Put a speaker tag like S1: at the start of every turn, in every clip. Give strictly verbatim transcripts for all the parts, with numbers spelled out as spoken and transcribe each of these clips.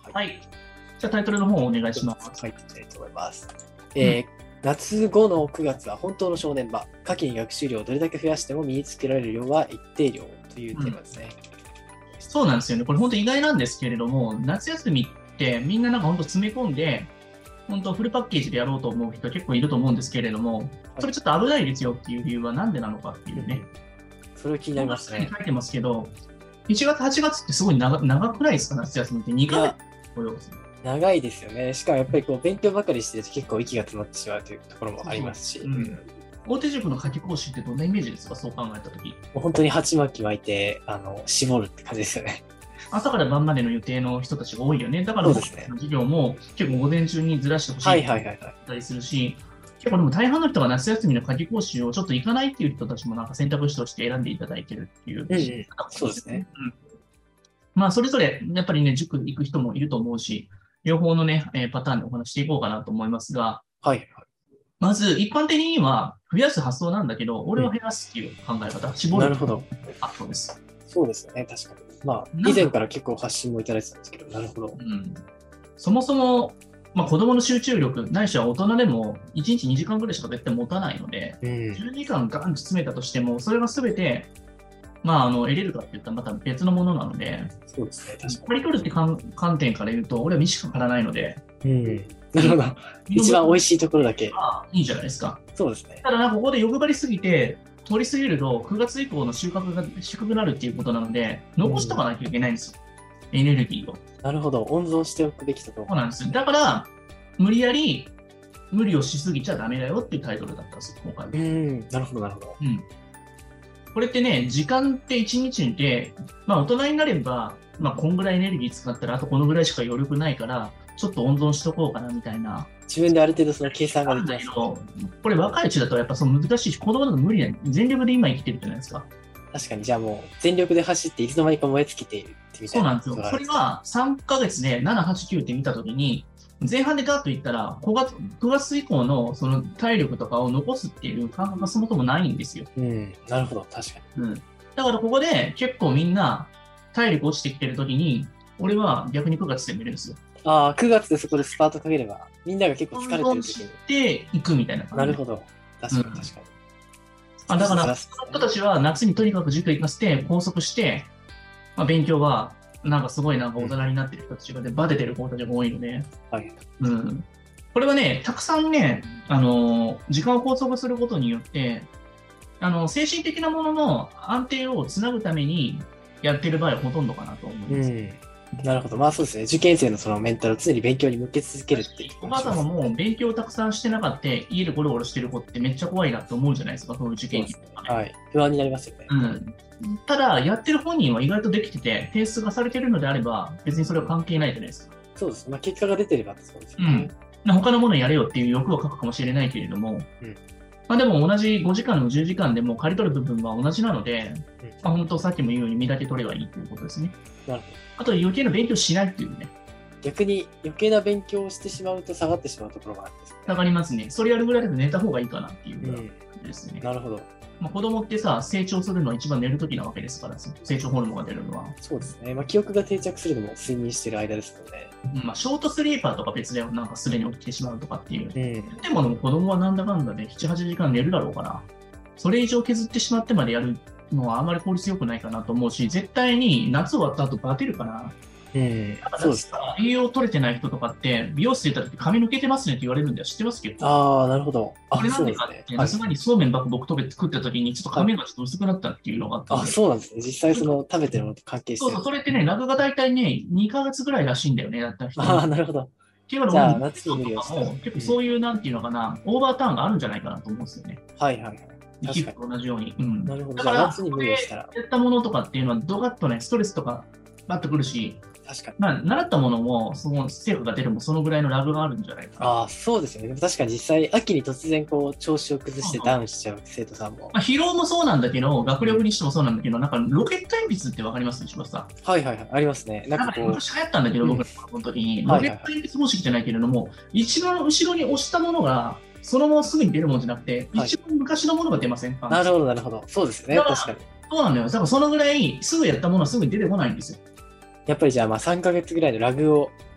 S1: はい。じゃあタイトルの方をお願いします。
S2: はい、いきたいと思います。えーうん夏後のくがつは本当の正念場。夏季に学習量をどれだけ増やしても身につけられる量は一定量というテーマですね、
S1: うん。そうなんですよね。これ本当意外なんですけれども、夏休みってみんななんか本当詰め込んで、本当フルパッケージでやろうと思う人結構いると思うんですけれども、それちょっと危ないですよっていう理由はなんでなのかっていうね。
S2: それ気になりますね。
S1: 書いてますけど、いちがつ、はちがつってすごい 長, 長くないですか、夏休みって。にかげつ
S2: 長いですよね。しかもやっぱりこう勉強ばかりしてると結構息が詰まってしまうというところもありますし。うん、
S1: 大手塾の夏期講習ってどんなイメージですか、そう考えたとき。
S2: もう本当に鉢巻き巻いて、あの、絞るって感じですよね。
S1: 朝から晩までの予定の人たちが多いよね。だから、僕たちの授業も結構午前中にずらしてほしいったりするし、結構でも大半の人が夏休みの夏期講習をちょっと行かないっていう人たちもなんか選択肢として選んでいただいてるっていう。
S2: うんうん、そうですね。
S1: うん、まあ、それぞれやっぱりね、塾行く人もいると思うし、両方のね、えー、パターンでお話していこうかなと思いますが、
S2: はい。
S1: まず、一般的には増やす発想なんだけど、俺は減らすっていう考え方、絞る。
S2: なるほど。
S1: あ、そうです。
S2: そうですよね、確かに。まあ、以前から結構発信もいただいてたんですけど、なるほど。
S1: うん、そもそも、まあ、子供の集中力、ないしは大人でもいちにちにじかんぐらいしか絶対持たないので、うん、じゅうにじかんガンと詰めたとしても、それが全て、まあ、あの得れるかって言ったらまた別のものなので、
S2: そうですね、確かに。
S1: 刈り取るって観点から言うと、俺は身しか刈らないので、
S2: うん、なるほど。一番美味しいところだけ。
S1: ああ、いいじゃないですか。
S2: そうですね。
S1: ただな、ここで欲張りすぎて、取りすぎると、くがつ以降の収穫が低くなるっていうことなので、残しとかなきゃいけないんですよ。うん、エネルギーを。
S2: なるほど。温存しておくべきところ。
S1: そうなんです。だから、無理やり、無理をしすぎちゃダメだよっていうタイトルだったんですよ、今回は。
S2: うん、なるほど、なるほど。
S1: うん。これってね、時間っていちにちで、まあ大人になれば、まあこんぐらいエネルギー使ったら、あとこのぐらいしか余力ないから、ちょっと温存しとこうかなみたいな。
S2: 自分である程度その計算ができます、ね。
S1: これ若いうちだとやっぱその難しいし、子供だと無理な全力で今生きてるじゃないですか。
S2: 確かに、じゃあもう全力で走っていつの間にか燃え尽きているってみたいな。
S1: そうなんですよ。それはさんかげつでなな、はち、きゅうって見たときに、前半でガッといったら、ごがつ、くがつ以降のその体力とかを残すっていう感覚がそもそもないんですよ。
S2: うん、なるほど、確か
S1: に。うん。だからここで結構みんな体力落ちてきてるときに、俺は逆にくがつで見れるんですよ。
S2: ああ、くがつでそこでスパートかければ、みんなが結構疲れてる時に。
S1: で、行くみたいな感じ。
S2: なるほど。確かに確かに。うん、
S1: あだから、その人たちは夏にとにかく塾行かせて、拘束して、まあ、勉強は、なんかすごいなんか大人になってる人たちがでバテてる子たちが多いので、
S2: はい
S1: うん、これはね、たくさんね、あの時間を拘束することによって、あの精神的なものの安定をつなぐためにやってる場合はほとんどかなと思います。
S2: うんなるほど。まあそうですね。受験生のそのメンタルを常に勉強に向け続けるっていう。
S1: お母様も勉強をたくさんしてなかった、家でゴロゴロしてる子ってめっちゃ怖いなと思うじゃないですか、そういう受験期、ね、
S2: はい。不安になりますよね。
S1: うん。ただ、やってる本人は意外とできてて、提出がされてるのであれば、別にそれは関係ないじゃないですか。
S2: そうです。まあ結果が出てればそうですよね。
S1: うん。他のものやれよっていう欲を書くかもしれないけれども、うん、まあでも同じごじかんのじゅうじかんでも刈り取る部分は同じなので、うん、まあ本当さっきも言うように身だけ取ればいいということですね。
S2: なるほど。
S1: あと余計な勉強しないっていうね。
S2: 逆に余計な勉強をしてしまうと下がってしまうところがあるんですね。
S1: 下がりますね。それやるぐらいだと寝た方がいいかなっていう感じですね。
S2: うん、なるほど。
S1: まあ、子供ってさ、成長するのは一番寝るときなわけですから、成長ホルモンが出るのは。
S2: そうですね。まあ、記憶が定着するのも睡眠してる間ですので。
S1: うんまあ、ショートスリーパーとか別でなんかすでに起きてしまうとかっていう。うん、でもでも子供はなんだかんだでなな、はちじかん寝るだろうから、それ以上削ってしまってまでやるのはあまり効率良くないかなと思うし、絶対に夏終わった後バテるから、
S2: うん、そうですか。
S1: 栄養取れてない人とかって、美容室で行った時髪抜けてますねって言われるんでは知ってますけど。
S2: ああ、なるほど。
S1: これなんでかって、夏場にそうめんばっか僕食べて作った時に、ちょっと髪がちょっと薄くなったっていうのがあった。
S2: あ、そうなんですね。実際その食べてるのと関係してる。
S1: そうそう、それってね、ラグが大体ね、にかげつぐらいらしいんだよね、だった人。
S2: ああ、なるほど。
S1: っていうのも、夏に無理をした結構そういう、なんていうのかな、オーバーターンがあるんじゃないかなと思うんですよね。
S2: はいはいはい。
S1: 皮膚と同じように。うん。
S2: なるほど。
S1: だから、
S2: 夏に無理をしたら。
S1: やったものとかっていうのは、ドカッとね、ストレスとかバッとくるし、
S2: 確かに。
S1: まあ、習ったものも、その成果が出るもそのぐらいのラグがあるんじゃないかな。
S2: ああ、そうですよね。でも確かに実際、秋に突然こう、調子を崩してダウンしちゃう生徒さんも。
S1: まあ、疲労もそうなんだけど、学力にしてもそうなんだけど、なんかロケット鉛筆ってわかります石橋さん。
S2: はいはいはい、ありますね。
S1: なんかこう。昔流行ったんだけど、僕らこの時に、ロケット鉛筆方式じゃないけれども、一番後ろに押したものが、そのまますぐに出るものじゃなくて、はい、一番昔のものが出ませんか？
S2: なるほど、なるほど。そうですね、確かに。
S1: そうなんだよ。だからそのぐらい、すぐやったものはすぐに出てこないんですよ。
S2: やっぱりじゃあ、まあさんかげつぐらいのラグを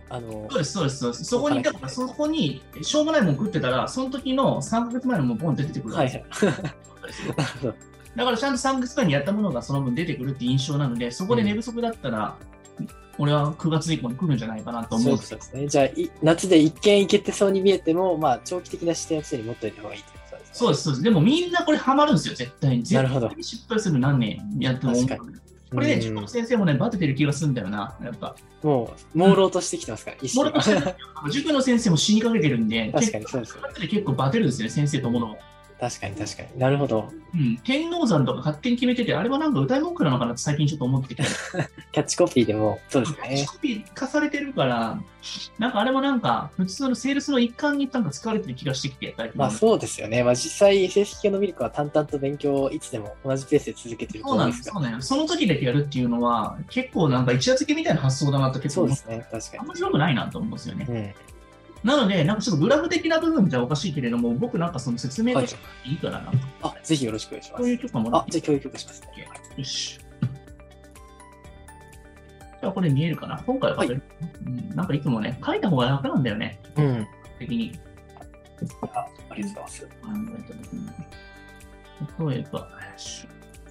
S2: あの、
S1: そうです、そうです、そうです。そこに、だからそこに、しょうもないもん食ってたら、その時のさんかげつまえのもんボンって出てくるん
S2: はい
S1: ですよ。
S2: はい。なるほど。
S1: だからちゃんとさんかげつまえにやったものがその分出てくるっていう印象なので、そこで寝不足だったら、俺はくがつ以降に来るんじゃないかなと思うんですよ。
S2: そうですね。じゃあ、い夏で一見いけてそうに見えても、まあ、長期的な視点を常に持っておいた方がいいということですね。
S1: そうです、そうです。でもみんなこれハマるんですよ、絶対に。
S2: なるほど
S1: 絶対に失敗する何年やっても。
S2: 確かに。
S1: これね、
S2: うん
S1: 中国先生もね、バテてる気がするんだよな、やっぱ。
S2: もう、朦朧としてきてますから、意識
S1: 俺も
S2: が。
S1: 塾の先生も死にかけてるんで、
S2: 確かにそうですよね。
S1: 結構バテるんですよね、先生とものも。
S2: 確かに確かに。なるほど。
S1: うん、天王山とか勝手に決めてて、あれはなんか歌い文句なのかなって最近ちょっと思ってきて。
S2: キャッチコピーでも、そうですね。
S1: コピー化されてるから、なんかあれもなんか、普通のセールスの一環になんか使われてる気がしてきて、最近
S2: まあそうですよね。まあ実際、成績が伸びる子は淡々と勉強をいつでも同じペースで続けてると
S1: そうなんです、
S2: 思うんですが。
S1: そうなんです。その時だけやるっていうのは、結構なんか一夜漬けみたいな発想だなと結構思う。
S2: そうですね。確か
S1: あんまり良くないなと思うんですよね。
S2: に。うん。
S1: なので、なんかちょっとグラフ的な部分じゃおかしいけれども、僕なんかその説明としていいからな。
S2: あ、ぜひよろしくお願いしま
S1: こういう
S2: す。
S1: 許可もらっ、て
S2: あじゃあ共有許可しますね。
S1: よし。じゃあこれ見えるかな今回は、はいうん、なんかいつもね、書いた方が楽なんだよね。
S2: うん。
S1: 的に。
S2: あありがとうございます。
S1: 考えた時に例えば、よし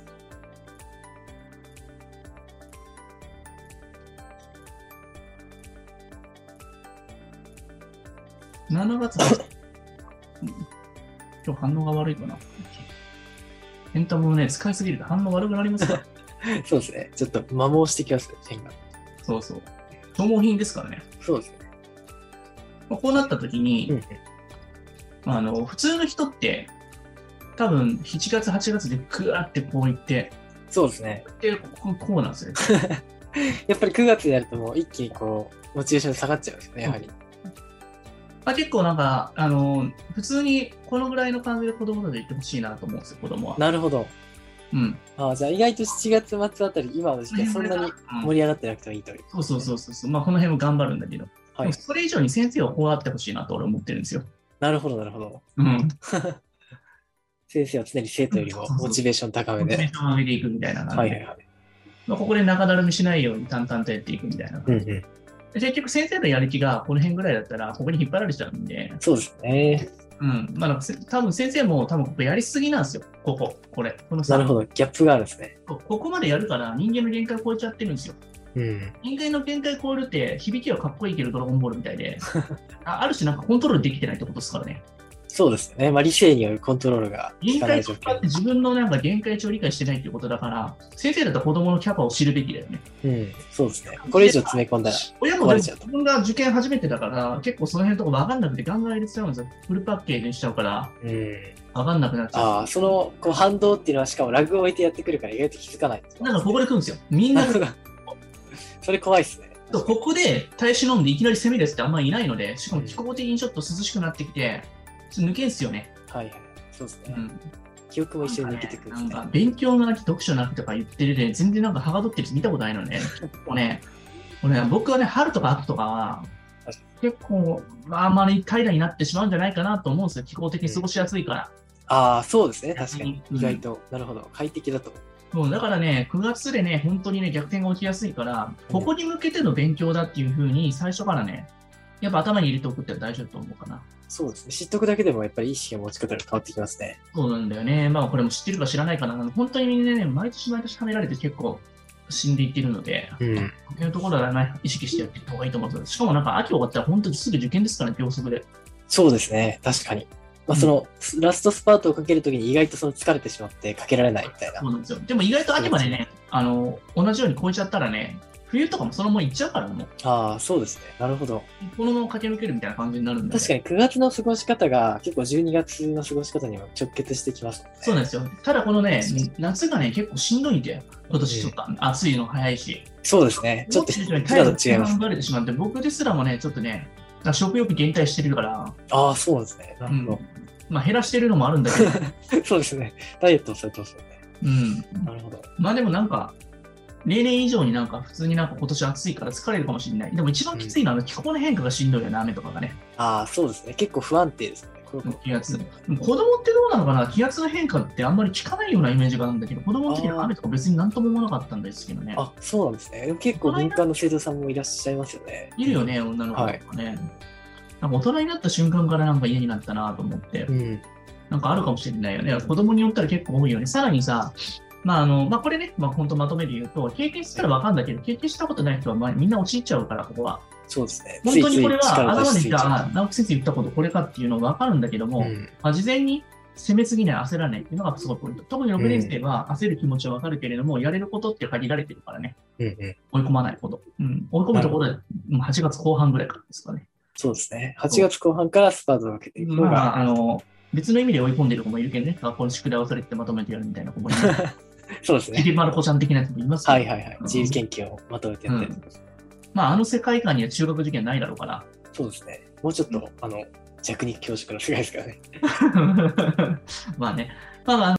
S1: しちがつはちにち、うん今日反応が悪いかな。ペンタムをね、使いすぎると反応悪くなりますから。
S2: そうですね。ちょっと摩耗してきますね、線が。
S1: そうそう。消耗品ですからね。
S2: そうですね。
S1: まあこうなった時に、
S2: うんうん
S1: あの普通の人って多分しちがつはちがつでグワーってこういって
S2: そうですね。
S1: でこうこうなんですよね。
S2: やっぱりくがつになるともう一気にこう、モチベーション下がっちゃうんですよね、やはり。
S1: まあ、結構なんかあの普通にこのぐらいの感じで子供とで言ってほしいなと思うんですよ、子供は。
S2: なるほど。
S1: うん。
S2: ああ、じゃあ意外としちがつ末あたり、今の時期はそんなに盛り上がってなくてもいいという。
S1: そうそうそうそう。まあこの辺も頑張るんだけど、
S2: はい。
S1: それ以上に先生はこうあってほしいなと俺は思ってるんですよ。
S2: なるほど、なるほど。
S1: うん。
S2: 先生は常に生徒よりもモチベーション高めで。
S1: モチベーションを上げていくみたいな感じで。
S2: はいはいはい。
S1: まあ、ここで中だるみしないように淡々とやっていくみたいな感じで。
S2: うんうん。
S1: で結局先生のやる気がこの辺ぐらいだったらここに引っ張られちゃうんで。
S2: そうですね。
S1: うん。まあ、多分先生も多分ここやりすぎなんですよ。ここ、これ。この
S2: なるほど。ギャップがあるんですね。
S1: ここまでやるから人間の限界を超えちゃってるんですよ。
S2: うん。
S1: 人間の限界を超えるって響きはかっこいいけどドラゴンボールみたいで、あある種なんかコントロールできてないってことですからね。
S2: そうですね。まあ理性によるコントロールが効
S1: 限
S2: かない状況
S1: 界を超えて。自分のなんか限界値を理解してないっていうことだから、先生だったら子供のキャパを知るべきだよね。
S2: うん。そうですね。これ以上詰め込んだら
S1: 親もでも
S2: 壊れちゃうと。
S1: 自分が受験初めてだから、結構その辺のとこ分かんなくてガンガン入れちゃうんですよ。フルパッケージにしちゃうから、
S2: うん。
S1: 分かんなくなっちゃう。
S2: ああ、そのこう反動っていうのはしかもラグを置いてやってくるから意外と気づかないんですよ。
S1: だからここで来るんですよ。みんな
S2: なるほど。それ怖いっすね。
S1: そうここで耐え忍んでいきなり攻めですってあんまりいないので、しかも気候的にちょっと涼しくなってきて、ちょっと抜けんすよね。
S2: はいはい。そうですね。
S1: うん、
S2: 記憶も一緒に抜けてくるんですね。
S1: なんか勉強の秋、読書の秋とか言ってるで、全然なんかはがどってる人見たことないのね。結構ね、これね僕はね、春とか秋とかは、結構、あんまり怠惰になってしまうんじゃないかなと思うんですよ。気候的に過ごしやすいから。
S2: ああ、そうですね。確かに。
S1: うん
S2: 意外と。なるほど。快適だと。
S1: もうだからね、くがつでね、本当にね、逆転が起きやすいから、ここに向けての勉強だっていうふうに、最初からね、やっぱ頭に入れておくって大丈夫と思うかな。
S2: そうですね。知っとくだけでもやっぱり意識の持ち方が変わってきますね。
S1: そうなんだよね。まあこれも知ってるか知らないかな。本当にみんなね、毎年毎年はめられて結構死んでいってるので、
S2: うん。
S1: そういうところはね、意識してやっていった方がいいと思うんです。しかもなんか秋終わったら本当にすぐ受験ですからね、秒速で。
S2: そうですね。確かに。まあ、その、ラストスパートをかけるときに意外とその疲れてしまってかけられないみたいな。
S1: そうなんですよ。でも意外と秋までね、あの、同じように超えちゃったらね、冬とかもそのまま行っちゃうからもう。
S2: ああ、そうですね。なるほど。
S1: このまま駆け抜けるみたいな感じになるんで。
S2: 確かにくがつの過ごし方が結構じゅうにがつの過ごし方にも直結してきますもんね。
S1: そうなんですよ。ただこのね、夏がね、結構しんどいんで、今年ちょっと暑いの早いし。
S2: そうですね。ちょっと
S1: 普
S2: 普
S1: 段
S2: 段と違います。
S1: がれてしまって、僕ですらもね、ちょっとね、食欲減退してるから、
S2: ああ、そうですね。なるほど。
S1: うんまあ減らしてるのもあるんだけど。
S2: そうですね。ダイエットをされてますよね。
S1: うん。
S2: なるほど。
S1: まあでもなんか、例年以上になんか普通になんか今年暑いから疲れるかもしれない。でも一番きついのは気候の変化がしんどいよね、雨とかがね。
S2: ああ、そうですね。結構不安定ですよね。
S1: 気圧。子供ってどうなのかな、気圧の変化ってあんまり聞かないようなイメージがあるんだけど、子供の時の雨とか別になんとも思わなかったんですけどね。
S2: あ、そうなんですね。でも結構敏感な生徒さんもいらっしゃいますよね。
S1: いるよね、女の子とかね。はい、なんか大人になった瞬間からなんか嫌になったなと思って、うん、なんかあるかもしれないよね。子供によったら結構多いよね。さらにさ、まああのまあ、これね、まあ、本当まとめて言うと、経験したら分かるんだけど、経験したことない人はまあみんな陥っちゃうから、ここは。
S2: そうですね。
S1: 本当にこれは、頭で言った、直木先生言ったことこれかっていうのは分かるんだけども、うん、まあ、事前に攻めすぎない、焦らないっていうのがすごいポイント。特にろくねん生は焦る気持ちは分かるけれども、うん、やれることって限られてるからね。うんうん、追い込まないこと。うん、追い込むところで、はちがつこう半ぐらいからですかね。
S2: そうですね。はちがつこう半からスパートをかけていくのが。
S1: まあ、あの、別の意味で追い込んでる子もいるけどね、学校の宿題をそれってまとめてやるみたいな子もいる。
S2: そうですね。
S1: ちびまる子ちゃん的なやつもいますよ
S2: ね。はいはいはい。自由研究をまとめてやってる、うん。
S1: まあ、あの世界観には中学受験ないだろうから。
S2: そうですね。もうちょっと、うん、あの、弱肉強食の世界ですからね。
S1: まあね。まあ、